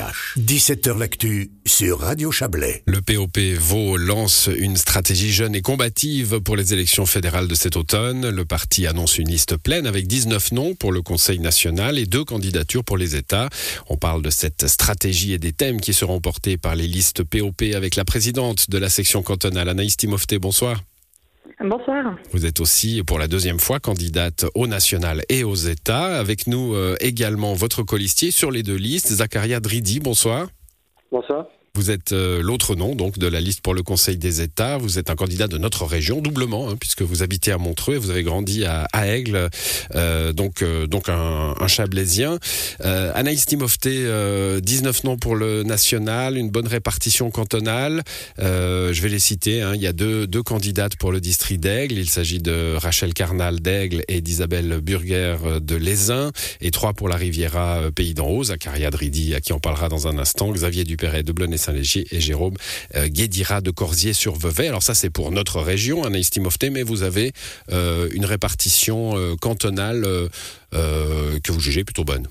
CH. 17h l'actu sur Radio Chablais. Le POP Vaud lance une stratégie jeune et combative pour les élections fédérales de cet automne. Le parti annonce une liste pleine avec 19 noms pour le Conseil national et 2 candidatures pour les États. On parle de cette stratégie et des thèmes qui seront portés par les listes POP avec la présidente de la section cantonale, Anaïs Timofté. Bonsoir. Bonsoir. Vous êtes aussi pour la 2e fois candidate au national et aux États. Avec nous également votre colistier sur les 2 listes, Zakaria Dridi. Bonsoir. Bonsoir. Vous êtes l'autre nom donc de la liste pour le Conseil des États. Vous êtes un candidat de notre région, doublement, puisque vous habitez à Montreux et vous avez grandi à Aigle, donc un Chablaisien. Anaïs Timofté, 19 noms pour le national, une bonne répartition cantonale. Je vais les citer. Il y a deux candidates pour le district d'Aigle. Il s'agit de Rachel Carnal d'Aigle et d'Isabelle Burger de Lézin. Et 3 pour la Riviera Pays d'en Haut, Zakaria Dridi, à qui on parlera dans un instant, Xavier Dupéret de Blonay-Saint-Léger et Jérôme Guédira de Corzier-sur-Vevey. Alors ça, c'est pour notre région, Anaïs Timofté, mais vous avez une répartition cantonale que vous jugez plutôt bonne.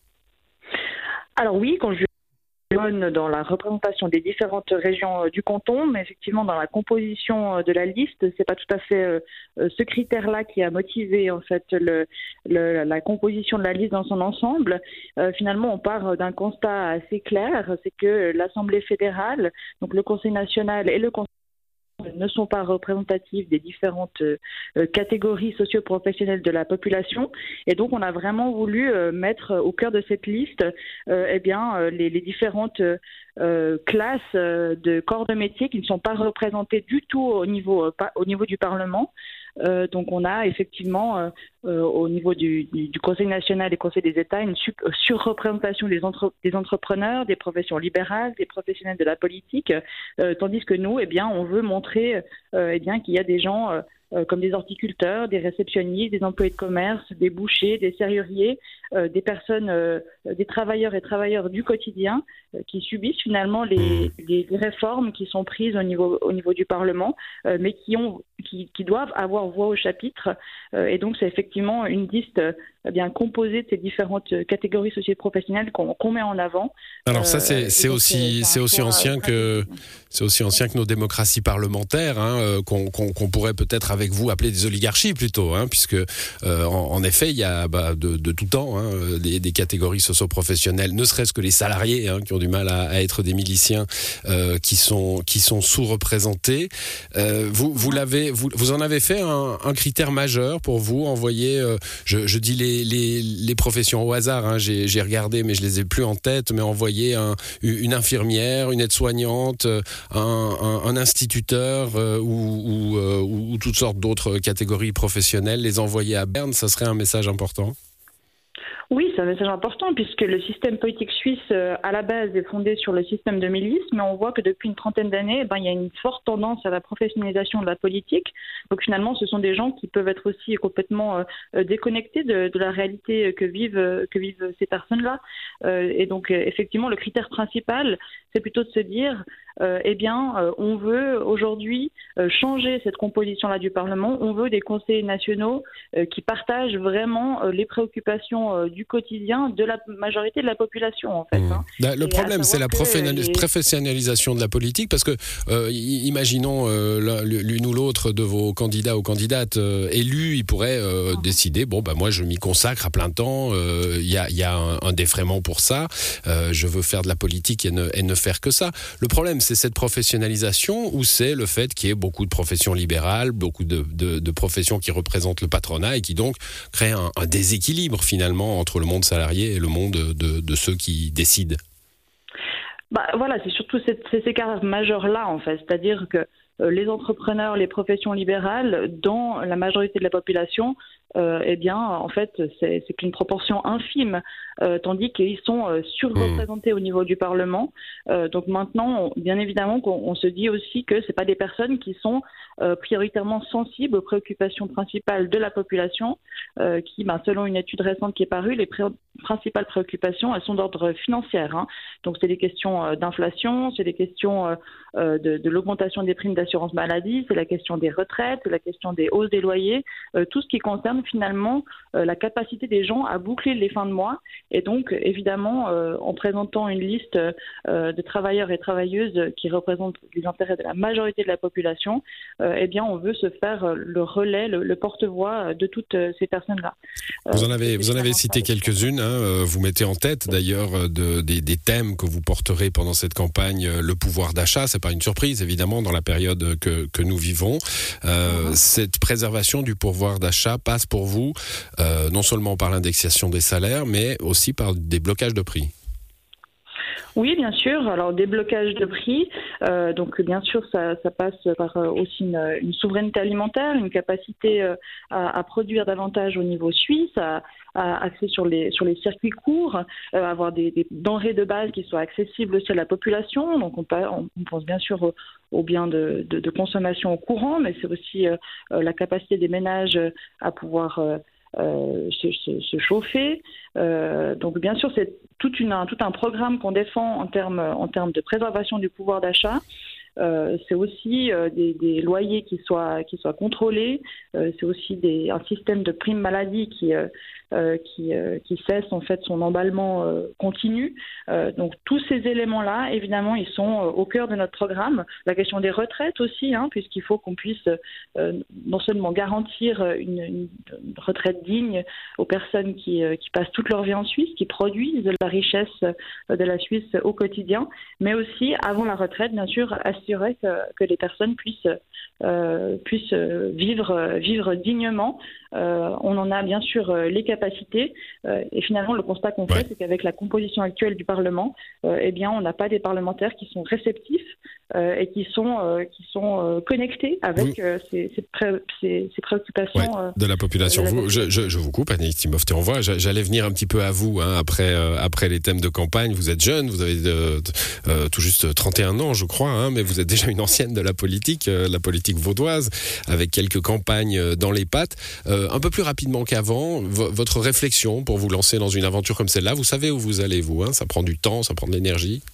Alors oui, quand je bonne dans la représentation des différentes régions du canton, mais effectivement dans la composition de la liste, c'est pas tout à fait ce critère-là qui a motivé en fait la composition de la liste dans son ensemble. Finalement, on part d'un constat assez clair, c'est que l'Assemblée fédérale, donc le Conseil national et le Conseil ne sont pas représentatifs des différentes catégories socio-professionnelles de la population, et donc on a vraiment voulu mettre au cœur de cette liste les différentes classes de corps de métier qui ne sont pas représentées du tout au niveau du Parlement. Donc on a effectivement au niveau du Conseil national et Conseil des États une surreprésentation des entrepreneurs, des professions libérales, des professionnels de la politique, tandis que nous, on veut montrer qu'il y a des gens comme des horticulteurs, des réceptionnistes, des employés de commerce, des bouchers, des serruriers, des personnes, des travailleurs et travailleurs du quotidien qui subissent finalement les réformes qui sont prises au niveau du Parlement, mais qui doivent avoir voix au chapitre. Et donc c'est effectivement une liste composée de ces différentes catégories socio-professionnelles qu'on met en avant. Alors ça c'est aussi ancien que nos démocraties parlementaires, qu'on pourrait peut-être avec vous appeler des oligarchies plutôt, puisque en effet il y a de tout temps des catégories socio-professionnelles, ne serait-ce que les salariés qui ont du mal à être des miliciens, qui sont sous-représentés. Vous en avez fait un critère majeur pour vous, envoyer, je dis les professions au hasard, j'ai regardé mais je les ai plus en tête, mais envoyer une infirmière, une aide-soignante, un instituteur ou toutes sortes d'autres catégories professionnelles, les envoyer à Berne, ça serait un message important? Oui, c'est un message important puisque le système politique suisse, à la base, est fondé sur le système de milice, mais on voit que depuis une trentaine d'années, il y a une forte tendance à la professionnalisation de la politique. Donc finalement, ce sont des gens qui peuvent être aussi complètement déconnectés de la réalité que vivent ces personnes-là. Et donc effectivement, le critère principal, c'est plutôt de se dire, on veut aujourd'hui changer cette composition-là du Parlement. On veut des conseillers nationaux qui partagent vraiment les préoccupations du quotidien de la majorité de la population, en fait. Le problème, c'est la professionnalisation de la politique, parce que imaginons l'une ou l'autre de vos candidats ou candidates élus, ils pourraient décider, moi je m'y consacre à plein temps, il y a un défraiement pour ça, je veux faire de la politique et ne faire que ça. Le problème, c'est cette professionnalisation, ou c'est le fait qu'il y ait beaucoup de professions libérales, beaucoup de professions qui représentent le patronat et qui donc créent un déséquilibre finalement entre le monde salarié et le monde de ceux qui décident? C'est surtout ces écarts majeurs-là, en fait. C'est-à-dire que les entrepreneurs, les professions libérales, dans la majorité de la population, en fait, c'est qu'une proportion infime, tandis qu'ils sont surreprésentés au niveau du Parlement. Donc maintenant, bien évidemment, qu'on se dit aussi que c'est pas des personnes qui sont prioritairement sensibles aux préoccupations principales de la population, qui, selon une étude récente qui est parue, les principales préoccupations, elles sont d'ordre financier. Donc c'est des questions d'inflation, c'est des questions de l'augmentation des primes d'assurance maladie, c'est la question des retraites, c'est la question des hausses des loyers, tout ce qui concerne concerne finalement la capacité des gens à boucler les fins de mois. Et donc, évidemment, en présentant une liste de travailleurs et travailleuses qui représentent les intérêts de la majorité de la population, eh bien, on veut se faire le relais, le porte-voix de toutes ces personnes-là. Vous en avez cité quelques-unes. Vous mettez en tête d'ailleurs des thèmes que vous porterez pendant cette campagne. Le pouvoir d'achat, c'est pas une surprise évidemment dans la période que nous vivons. Cette préservation du pouvoir d'achat passe pour vous non seulement par l'indexation des salaires, mais aussi par des blocages de prix. Oui, bien sûr. Alors, des blocages de prix, donc bien sûr, ça passe par aussi une souveraineté alimentaire, une capacité à produire davantage au niveau suisse, à axer sur les circuits courts, avoir des denrées de base qui soient accessibles aussi à la population. Donc, on pense bien sûr aux biens de consommation au courant, mais c'est aussi la capacité des ménages à pouvoir se chauffer. Donc bien sûr, c'est tout un programme qu'on défend en termes de préservation du pouvoir d'achat. C'est aussi des loyers qui soient contrôlés. C'est aussi un système de prime maladie qui cesse en fait son emballement continu. Donc tous ces éléments-là, évidemment, ils sont au cœur de notre programme. La question des retraites aussi, puisqu'il faut qu'on puisse non seulement garantir une retraite digne aux personnes qui passent toute leur vie en Suisse, qui produisent la richesse de la Suisse au quotidien, mais aussi avant la retraite, bien sûr, assurer que les personnes puissent vivre dignement. On en a bien sûr les capacités et finalement le constat qu'on fait, c'est qu'avec la composition actuelle du Parlement, eh bien on n'a pas des parlementaires qui sont réceptifs et qui sont connectés avec ces préoccupations de la population. Je vous coupe, Anaïs Timofte-Envoy. J'allais venir un petit peu à vous après les thèmes de campagne. Vous êtes jeune, vous avez tout juste 31 ans, je crois, mais vous êtes déjà une ancienne de la politique vaudoise, avec quelques campagnes dans les pattes. Un peu plus rapidement qu'avant, votre réflexion pour vous lancer dans une aventure comme celle-là, vous savez où vous allez, vous, ça prend du temps, ça prend de l'énergie.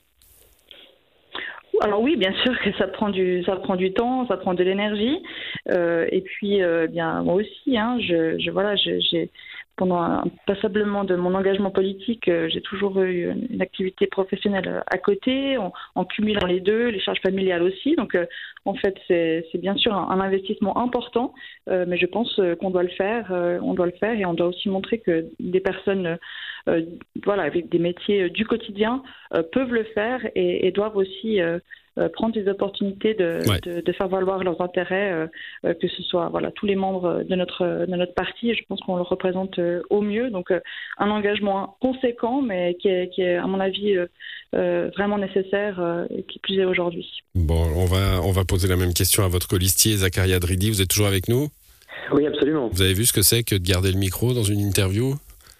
Alors oui, bien sûr que ça prend du temps, ça prend de l'énergie. Et puis, bien moi aussi, j'ai pendant passablement de mon engagement politique, j'ai toujours eu une activité professionnelle à côté, en cumulant les deux, les charges familiales aussi. Donc, en fait, c'est bien sûr un investissement important, mais je pense qu'on doit le faire. Et on doit aussi montrer que des personnes, avec des métiers du quotidien, peuvent le faire et doivent aussi prendre des opportunités de faire valoir leurs intérêts, que ce soit tous les membres de notre parti. Et je pense qu'on le représente au mieux. Donc un engagement conséquent, mais qui est à mon avis vraiment nécessaire et qui plus est aujourd'hui. Bon, on va poser la même question à votre colistier Zakaria Dridi. Vous êtes toujours avec nous ? Oui, absolument. Vous avez vu ce que c'est que de garder le micro dans une interview ?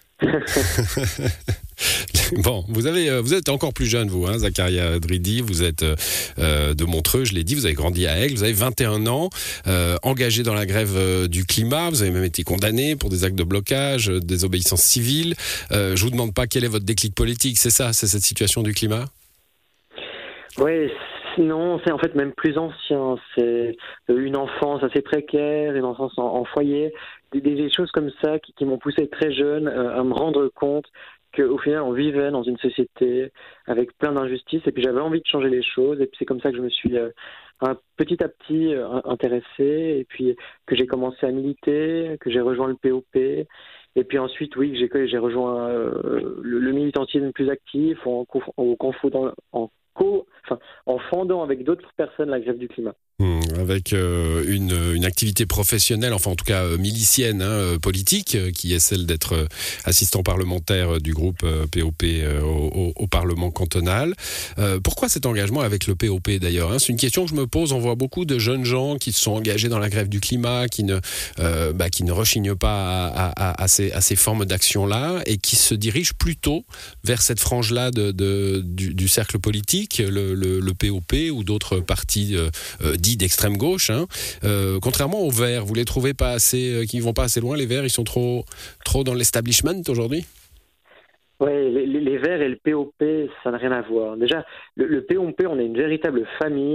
Bon, vous êtes encore plus jeune, vous, Zakaria Dridi, vous êtes de Montreux, je l'ai dit, vous avez grandi à Aigle, vous avez 21 ans, engagé dans la grève du climat, vous avez même été condamné pour des actes de blocage, désobéissance civile. Je vous demande pas quel est votre déclic politique, c'est cette situation du climat ? Oui, non, c'est en fait même plus ancien, c'est une enfance assez précaire, une enfance en foyer, des choses comme ça qui m'ont poussé très jeune à me rendre compte qu'au final on vivait dans une société avec plein d'injustices et puis j'avais envie de changer les choses et puis c'est comme ça que je me suis petit à petit intéressé et puis que j'ai commencé à militer, que j'ai rejoint le POP et puis ensuite j'ai rejoint le militantisme plus actif en fondant avec d'autres personnes la grève du climat. Avec une activité professionnelle, enfin en tout cas milicienne, politique, qui est celle d'être assistant parlementaire du groupe POP au Parlement cantonal. Pourquoi cet engagement avec le POP d'ailleurs ? C'est une question que je me pose. On voit beaucoup de jeunes gens qui se sont engagés dans la grève du climat, qui ne rechignent pas à ces formes d'action-là et qui se dirigent plutôt vers cette frange-là du cercle politique, le POP ou d'autres partis dits d'extrême gauche, contrairement aux Verts. Vous les trouvez pas assez, qui vont pas assez loin, les Verts, ils sont trop dans l'establishment aujourd'hui ? Oui, les Verts et le POP, ça n'a rien à voir. Déjà, le POP, on est une véritable famille.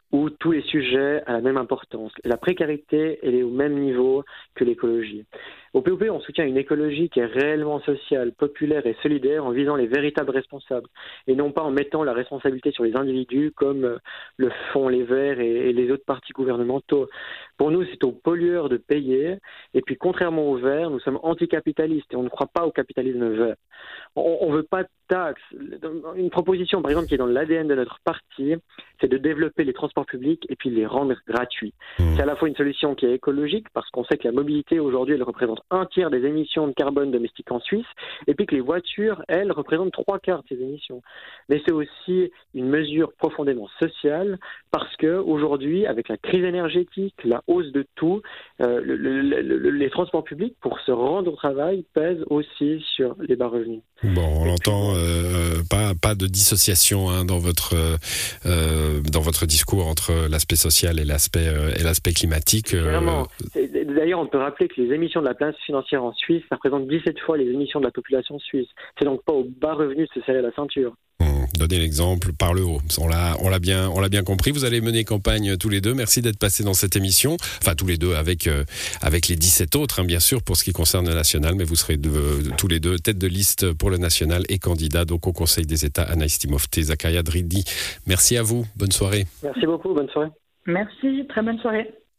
où tous les sujets ont la même importance. La précarité, elle est au même niveau que l'écologie. Au POP, on soutient une écologie qui est réellement sociale, populaire et solidaire en visant les véritables responsables et non pas en mettant la responsabilité sur les individus comme le font les Verts et les autres partis gouvernementaux. Pour nous, c'est aux pollueurs de payer et puis contrairement aux Verts, nous sommes anticapitalistes et on ne croit pas au capitalisme vert. On ne veut pas de taxes. Une proposition, par exemple, qui est dans l'ADN de notre parti, c'est de développer les transports publics et puis les rendre gratuits. C'est à la fois une solution qui est écologique parce qu'on sait que la mobilité aujourd'hui, elle représente 1/3 des émissions de carbone domestiques en Suisse et puis que les voitures, elles, représentent 3/4 de ces émissions. Mais c'est aussi une mesure profondément sociale parce que aujourd'hui, avec la crise énergétique, la hausse de tout, les transports publics, pour se rendre au travail, pèsent aussi sur les bas revenus. Bon, on l'entend, pas de dissociation dans votre discours entre l'aspect social et l'aspect climatique. Vraiment. D'ailleurs, on peut rappeler que les émissions de la place financière en Suisse, ça représente 17 fois les émissions de la population suisse. C'est donc pas aux bas revenus de se serrer la ceinture. Donnez l'exemple par le haut. On l'a bien compris. Vous allez mener campagne tous les deux. Merci d'être passés dans cette émission. Enfin, tous les deux avec les 17 autres, bien sûr, pour ce qui concerne le national. Mais vous serez tous les deux tête de liste pour le national et candidat donc au Conseil des États. Anaïs Timofte, Zakaria Dridi. Merci à vous. Bonne soirée. Merci beaucoup. Bonne soirée. Merci. Très bonne soirée.